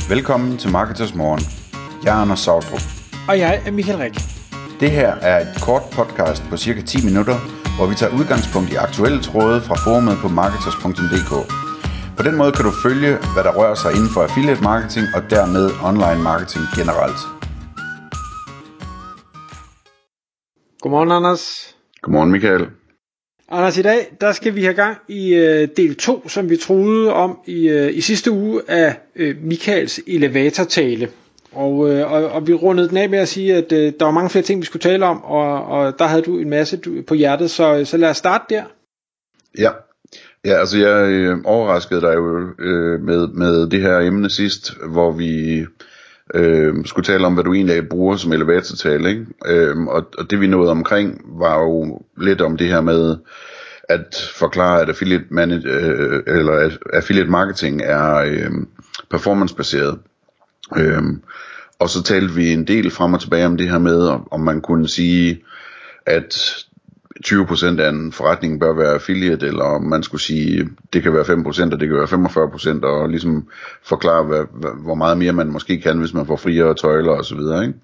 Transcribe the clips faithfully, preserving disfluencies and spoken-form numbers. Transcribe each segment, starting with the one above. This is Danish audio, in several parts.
Velkommen til Marketers Morgen. Jeg er Anders Sautrup. Og jeg er Michael Rik. Det her er et kort podcast på cirka ti minutter, hvor vi tager udgangspunkt i aktuelle tråde fra forumet på marketers punktum d k. På den måde kan du følge, hvad der rører sig inden for affiliate marketing og dermed online marketing generelt. Godmorgen, Anders. Godmorgen, Michael. Anders, i dag der skal vi have gang i øh, del to, som vi troede om i, øh, i sidste uge af øh, Michaels elevatortale. Og, øh, og, og vi rundede den af med at sige, at øh, der var mange flere ting, vi skulle tale om, og, og der havde du en masse på hjertet, så, så lad os starte der. Ja, ja altså jeg øh, overraskede dig jo øh, med, med det her emne sidst, hvor vi øh, skulle tale om, hvad du egentlig bruger som elevatortale, ikke? Øh, og, og det vi nåede omkring var jo lidt om det her med at forklare, at affiliate, manage, øh, eller at affiliate marketing er øh, performancebaseret. Øh, og så talte vi en del frem og tilbage om det her med, om man kunne sige, at tyve procent af en forretning bør være affiliate, eller om man skulle sige, det kan være fem procent, og det kan være femogfyrre procent, og ligesom forklare, hvad, hvad, hvor meget mere man måske kan, hvis man får friere tøjler og så videre, ikke?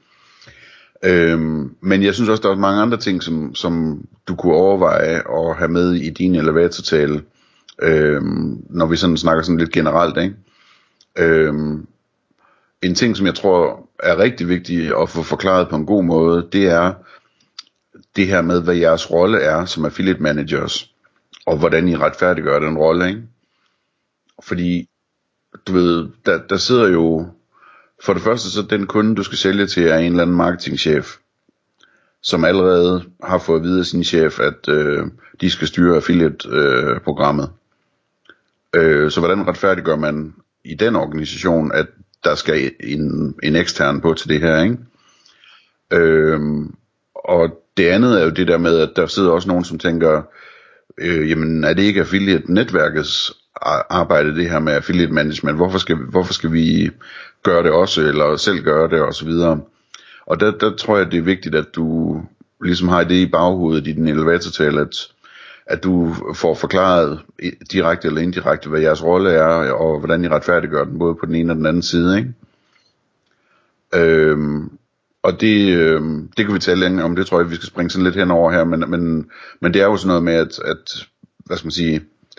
Øhm, men jeg synes også, der er mange andre ting, som, som du kunne overveje at have med i din elevatortale, øhm, når vi sådan snakker sådan lidt generelt, ikke? Øhm, en ting, som jeg tror er rigtig vigtigt at få forklaret på en god måde, det er det her med, hvad jeres rolle er som affiliate managers, og hvordan I retfærdiggør den rolle, ikke? Fordi, du ved, der, der sidder jo, for det første så den kunde, du skal sælge til, er en eller anden marketingchef, som allerede har fået at vide af sin chef, at øh, de skal styre affiliate-programmet. Øh, øh, så hvordan retfærdiggør man i den organisation, at der skal en, en ekstern på til det her, ikke? Øh, og det andet er jo det der med, at der sidder også nogen, som tænker, øh, jamen er det ikke affiliate-netværkets arbejde, det her med affiliate management? Hvorfor skal, hvorfor skal vi gøre det også, eller selv gøre det, og så videre? Og der, der tror jeg, det er vigtigt, at du ligesom har det i baghovedet i din elevatortale, at, at du får forklaret direkte eller indirekte, hvad jeres rolle er, og hvordan I retfærdiggør den, både på den ene og den anden side, ikke? Øhm, Og det, øh, det kan vi tale længere om, det tror jeg, vi skal springe sådan lidt henover her, men, men, men det er jo sådan noget med, at, at hvad skal man sige,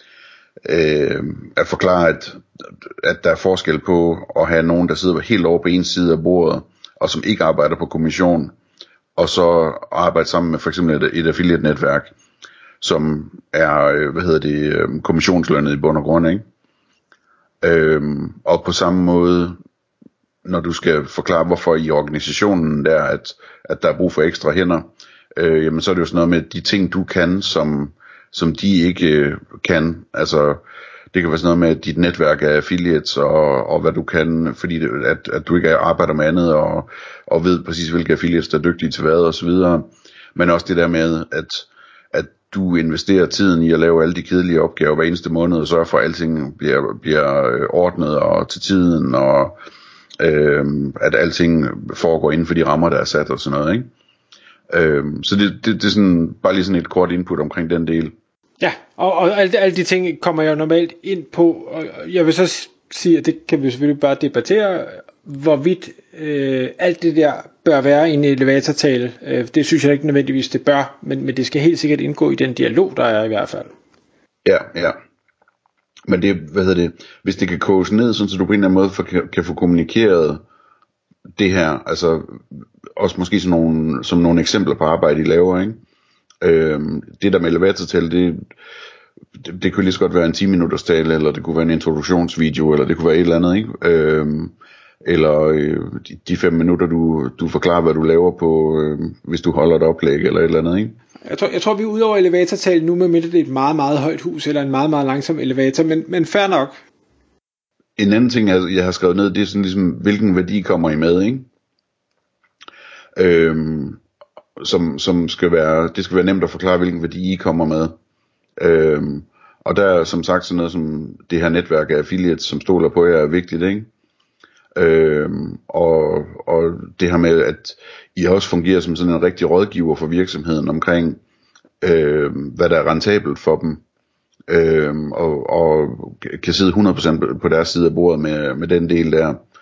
øh, at forklare, at, at der er forskel på at have nogen, der sidder helt over på en side af bordet, og som ikke arbejder på kommission, og så arbejde sammen med for eksempel et, et affiliate-netværk, som er, hvad hedder det, kommissionslønnet i bund og grund, ikke? Øh, og på samme måde, når du skal forklare, hvorfor i organisationen der, at, at der er brug for ekstra hænder, øh, jamen så er det jo sådan noget med de ting, du kan, som, som de ikke øh, kan. Altså, det kan være sådan noget med, at dit netværk er affiliates, og, og hvad du kan, fordi det, at, at du ikke arbejder med andet, og, og ved præcis, hvilke affiliates, der er dygtige til hvad, og så videre. Men også det der med, at, at du investerer tiden i at lave alle de kedelige opgaver hver eneste måned, og sørger for, at alting bliver, bliver ordnet og til tiden, og Øhm, at alting foregår inden for de rammer, der er sat og sådan noget, ikke? Øhm, så det, det, det er sådan, bare lige sådan et kort input omkring den del. Ja, og, og alle, alle de ting kommer jeg normalt ind på, og jeg vil så sige, at det kan vi selvfølgelig bare debattere, hvorvidt øh, alt det der bør være i en elevatortale. Øh, det synes jeg ikke nødvendigvis, det bør, men, men det skal helt sikkert indgå i den dialog, der er i hvert fald. Ja, ja. Men det, hvad hedder det, hvis det kan koges ned, sådan så du på en eller anden måde for, kan, kan få kommunikeret det her, altså også måske som nogle, som nogle eksempler på arbejde, I laver, ikke? Øhm, det der med elevatortale, det, det, det kunne lige så godt være en ti minutters tale, eller det kunne være en introduktionsvideo, eller det kunne være et eller andet, ikke? Øhm, eller øh, de, de fem minutter, du, du forklarer, hvad du laver på, øh, hvis du holder et oplæg, eller et eller andet, ikke? Jeg tror, jeg tror vi er ude over elevatortalen nu, med mindre det er et meget, meget højt hus, eller en meget, meget langsom elevator, men, men fair nok. En anden ting, jeg har skrevet ned, det er sådan ligesom, hvilken værdi kommer I med, ikke? Øhm, som, som skal være, det skal være nemt at forklare, hvilken værdi I kommer med. Øhm, og der er som sagt sådan noget som det her netværk af affiliates, som stoler på jer, er vigtigt, ikke? Øhm, og, og det her med, at I også fungerer som sådan en rigtig rådgiver for virksomheden omkring, øh, hvad der er rentabelt for dem, øh, og, og kan sidde hundrede procent på deres side af bordet med, med den del der.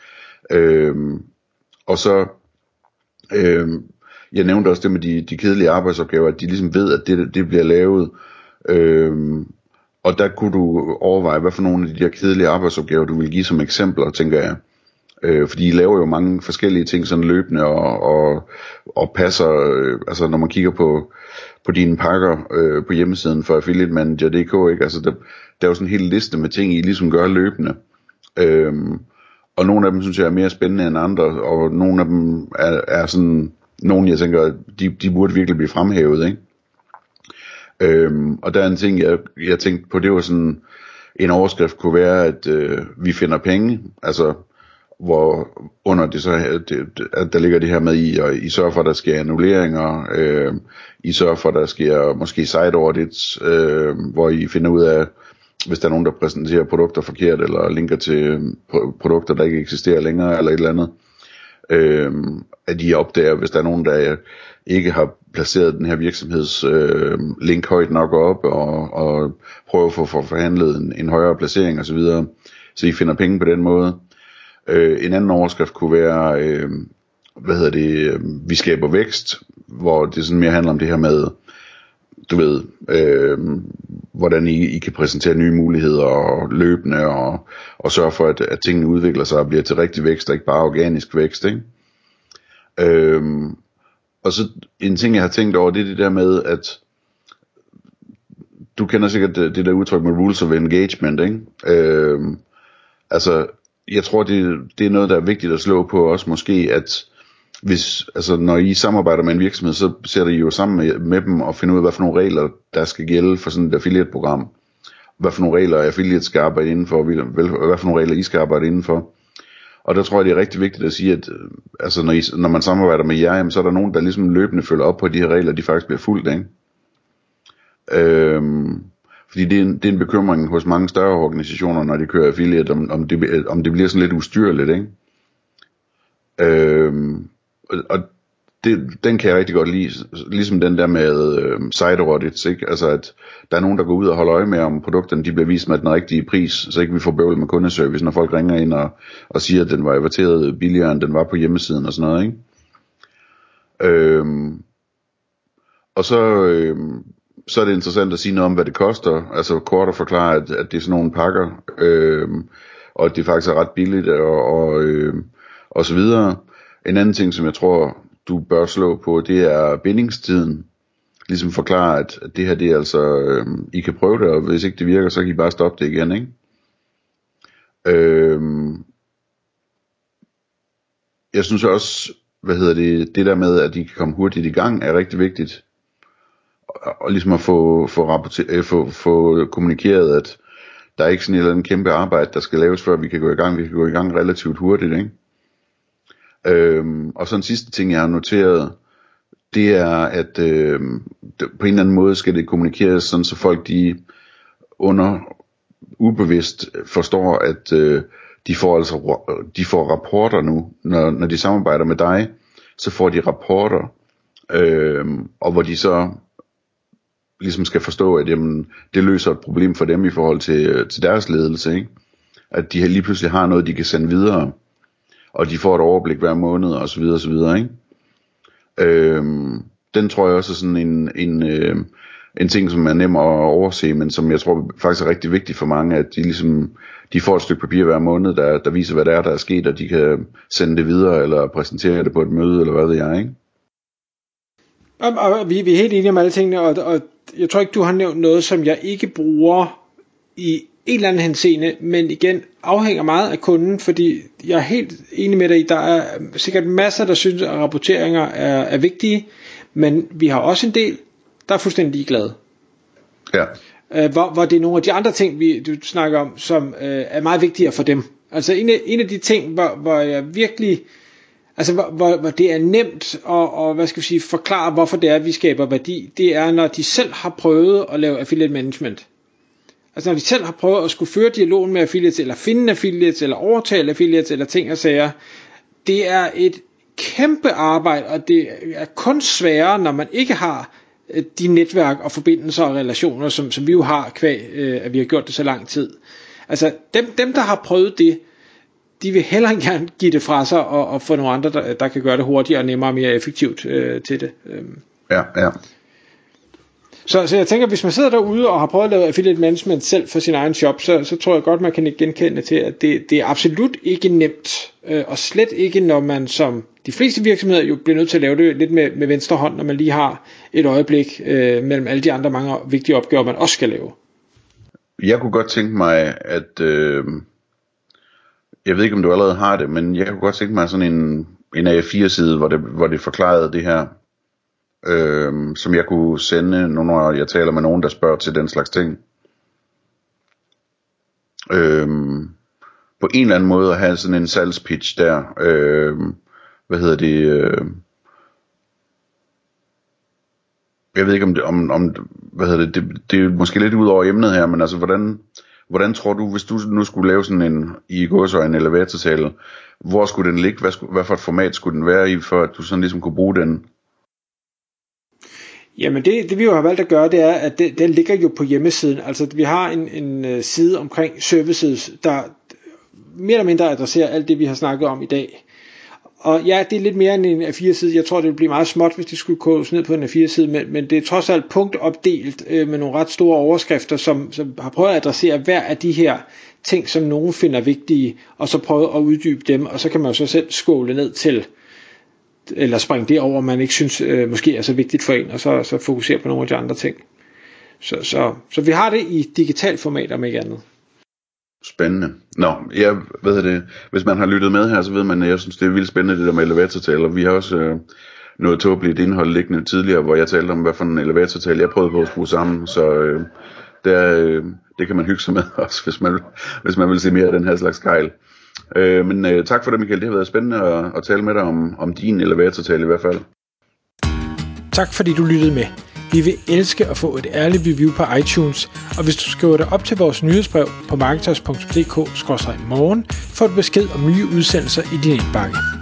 Øhm, og så, øhm, jeg nævnte også det med de, de kedelige arbejdsopgaver, at de ligesom ved, at det, det bliver lavet. Øhm, og der kunne du overveje, hvad for nogle af de der kedelige arbejdsopgaver, du vil give som eksempler, tænker jeg. Øh, fordi I laver jo mange forskellige ting sådan løbende og, og, og passer, øh, altså når man kigger på, på dine pakker øh, på hjemmesiden for affiliate manager punktum d k, ikke? Altså der, der er jo sådan en hel liste med ting, I ligesom gør løbende. Øh, og nogle af dem synes jeg er mere spændende end andre, og nogle af dem er, er sådan, nogle jeg tænker, de, de burde virkelig blive fremhævet, ikke? Øh, og der er en ting, jeg, jeg tænkte på, det var sådan, en overskrift kunne være, at øh, vi finder penge, altså hvor under det så, det, at der ligger det her med i, og I sørger for, at der sker annulleringer, øh, I sørger for, at der sker måske site audits, øh, hvor I finder ud af, hvis der er nogen, der præsenterer produkter forkert, eller linker til produkter, der ikke eksisterer længere, eller et eller andet, øh, at I opdager, hvis der er nogen, der ikke har placeret den her virksomheds øh, link højt nok op, og, og prøver at få for forhandlet en, en højere placering osv., så, så I finder penge på den måde. Øh, en anden overskrift kunne være, øh, hvad hedder det, øh, vi skaber vækst, hvor det sådan mere handler om det her med, du ved, øh, hvordan I, I kan præsentere nye muligheder og løbende, og, og sørge for, at, at tingene udvikler sig og bliver til rigtig vækst, og ikke bare organisk vækst, ikke? Øh, og så en ting, jeg har tænkt over, det er det der med, at du kender sikkert det, det der udtryk med rules of engagement, ikke? Øh, altså, jeg tror, det, det er noget, der er vigtigt at slå på også måske, at hvis, altså, når I samarbejder med en virksomhed, så sætter I jo sammen med, med dem og finder ud af, hvad for nogle regler, der skal gælde for sådan et affiliate-program. Hvad for nogle regler affiliate skal arbejde indenfor, hvad for nogle regler I skal arbejde indenfor. Og der tror jeg, det er rigtig vigtigt at sige, at altså, når, I, når man samarbejder med jer, jamen, så er der nogen, der ligesom løbende følger op på, at de her regler, de faktisk bliver fulgt, ikke? Øhm, Fordi det er, en, det er en bekymring hos mange større organisationer, når de kører affiliate, om, om, det, om det bliver sådan lidt ustyrligt, ikke? Øhm, og det, den kan jeg rigtig godt lide, ligesom den der med øhm, site audits, ikke? Altså at der er nogen, der går ud og holder øje med, om produkterne de bliver vist med den rigtige pris, så ikke vi får bøvl med kundeservice, når folk ringer ind og, og siger, at den var averteret billigere, end den var på hjemmesiden og sådan noget, ikke? Øhm, og så... Øhm, så er det interessant at sige noget om, hvad det koster. Altså kort at forklare, at, at det er sådan nogle pakker, øh, og at det faktisk er ret billigt, og, og, øh, og så videre. En anden ting, som jeg tror, du bør slå på, det er bindingstiden. Ligesom forklare, at, at det her, det er altså, øh, I kan prøve det, og hvis ikke det virker, så kan I bare stoppe det igen, ikke? Øh, jeg synes også, hvad hedder det, det der med, at I kan komme hurtigt i gang, er rigtig vigtigt. Og ligesom at få, få, rapporter, få, få kommunikeret, at der er ikke sådan et eller andet kæmpe arbejde, der skal laves, før vi kan gå i gang. Vi kan gå i gang relativt hurtigt, ikke? Øhm, og så en sidste ting, jeg har noteret, det er, at øhm, på en eller anden måde skal det kommunikeres, sådan så folk de under ubevidst forstår, at øh, de får altså de får rapporter nu, når, når de samarbejder med dig, så får de rapporter, øhm, og hvor de så ligesom skal forstå, at jamen, det løser et problem for dem i forhold til, til deres ledelse, ikke? At de lige pludselig har noget, de kan sende videre, og de får et overblik hver måned, og så videre, og så videre, ikke? Øhm, den tror jeg også er sådan en, en, øh, en ting, som er nem at overse, men som jeg tror faktisk er rigtig vigtig for mange, at de ligesom, de får et stykke papir hver måned, der, der viser, hvad der er, der er sket, og de kan sende det videre, eller præsentere det på et møde, eller hvad ved jeg, ikke? Og, og vi, vi er helt enige om alle tingene, og, og jeg tror ikke, du har nævnt noget, som jeg ikke bruger i en eller anden henseende, men igen, afhænger meget af kunden, fordi jeg er helt enig med dig i, der er sikkert masser, der synes, at rapporteringer er, er vigtige, men vi har også en del, der er fuldstændig ligeglade. Ja. Øh, hvor, hvor det er nogle af de andre ting, vi, du snakker om, som øh, er meget vigtigere for dem. Altså en af, en af de ting, hvor, hvor jeg virkelig... Altså hvor, hvor, hvor det er nemt at og, hvad skal vi sige, forklare, hvorfor det er, at vi skaber værdi, det er, når de selv har prøvet at lave affiliate management. Altså når de selv har prøvet at skulle føre dialogen med affiliates, eller finde affiliates, eller overtale affiliates, eller ting og sager. Det er et kæmpe arbejde, og det er kun sværere, når man ikke har de netværk og forbindelser og relationer, som, som vi jo har, kvæg, øh, at vi har gjort det så lang tid. Altså dem, dem der har prøvet det, de vil hellere gerne give det fra sig, og, og få nogle andre, der, der kan gøre det hurtigere, nemmere og mere effektivt øh, til det. Ja, ja. Så, så jeg tænker, hvis man sidder derude og har prøvet at lave affiliate management selv for sin egen shop, så, så tror jeg godt, man kan genkende til, at det, det er absolut ikke nemt, øh, og slet ikke, når man som de fleste virksomheder jo bliver nødt til at lave det lidt med, med venstre hånd, når man lige har et øjeblik øh, mellem alle de andre mange vigtige opgaver, man også skal lave. Jeg kunne godt tænke mig, at øh, jeg ved ikke, om du allerede har det, men jeg kunne godt tænke mig sådan en, en A fire side, hvor det, hvor det forklarede det her, øh, som jeg kunne sende, når jeg taler med nogen, der spørger til den slags ting. Øh, på en eller anden måde at have sådan en salgspitch der, øh, hvad hedder det, øh, jeg ved ikke om det, om, om hvad hedder det, det, det er måske lidt ud over emnet her, men altså hvordan, hvordan tror du, hvis du nu skulle lave sådan en, i gåseøjne elevatortale, hvor skulle den ligge, hvad, skulle, hvad for et format skulle den være i, for at du sådan ligesom kunne bruge den? Jamen det, det vi jo har valgt at gøre, det er, at det, den ligger jo på hjemmesiden, altså vi har en, en side omkring services, der mere eller mindre adresserer alt det, vi har snakket om i dag. Og ja, det er lidt mere end en A fire side. Jeg tror, det ville blive meget småt, hvis det skulle koges ned på en A fire side, men, men det er trods alt punktopdelt øh, med nogle ret store overskrifter, som, som har prøvet at adressere hver af de her ting, som nogen finder vigtige, og så prøve at uddybe dem, og så kan man jo så selv skåle ned til, eller springe det over, man ikke synes øh, måske er så vigtigt for en, og så, så fokusere på nogle af de andre ting. Så, så, så vi har det i digitalt format, om ikke andet. Spændende. Nå, jeg ved det. Hvis man har lyttet med her, så ved man, at jeg synes, det er vildt spændende, det der med elevatortaler. Vi har også øh, noget tåbeligt indhold liggende tidligere, hvor jeg talte om, hvad for en elevatortale jeg prøvede på at skrue sammen. Så øh, der, øh, det kan man hygge sig med også, hvis man, hvis man vil se mere af den her slags gejl. Øh, men øh, tak for det, Michael. Det har været spændende at, at tale med dig om, om din elevatortale i hvert fald. Tak fordi du lyttede med. Vi vil elske at få et ærligt review på iTunes, og hvis du skriver dig op til vores nyhedsbrev på marketers punktum d k skråstreg morgen, får du besked om nye udsendelser i din indbakke.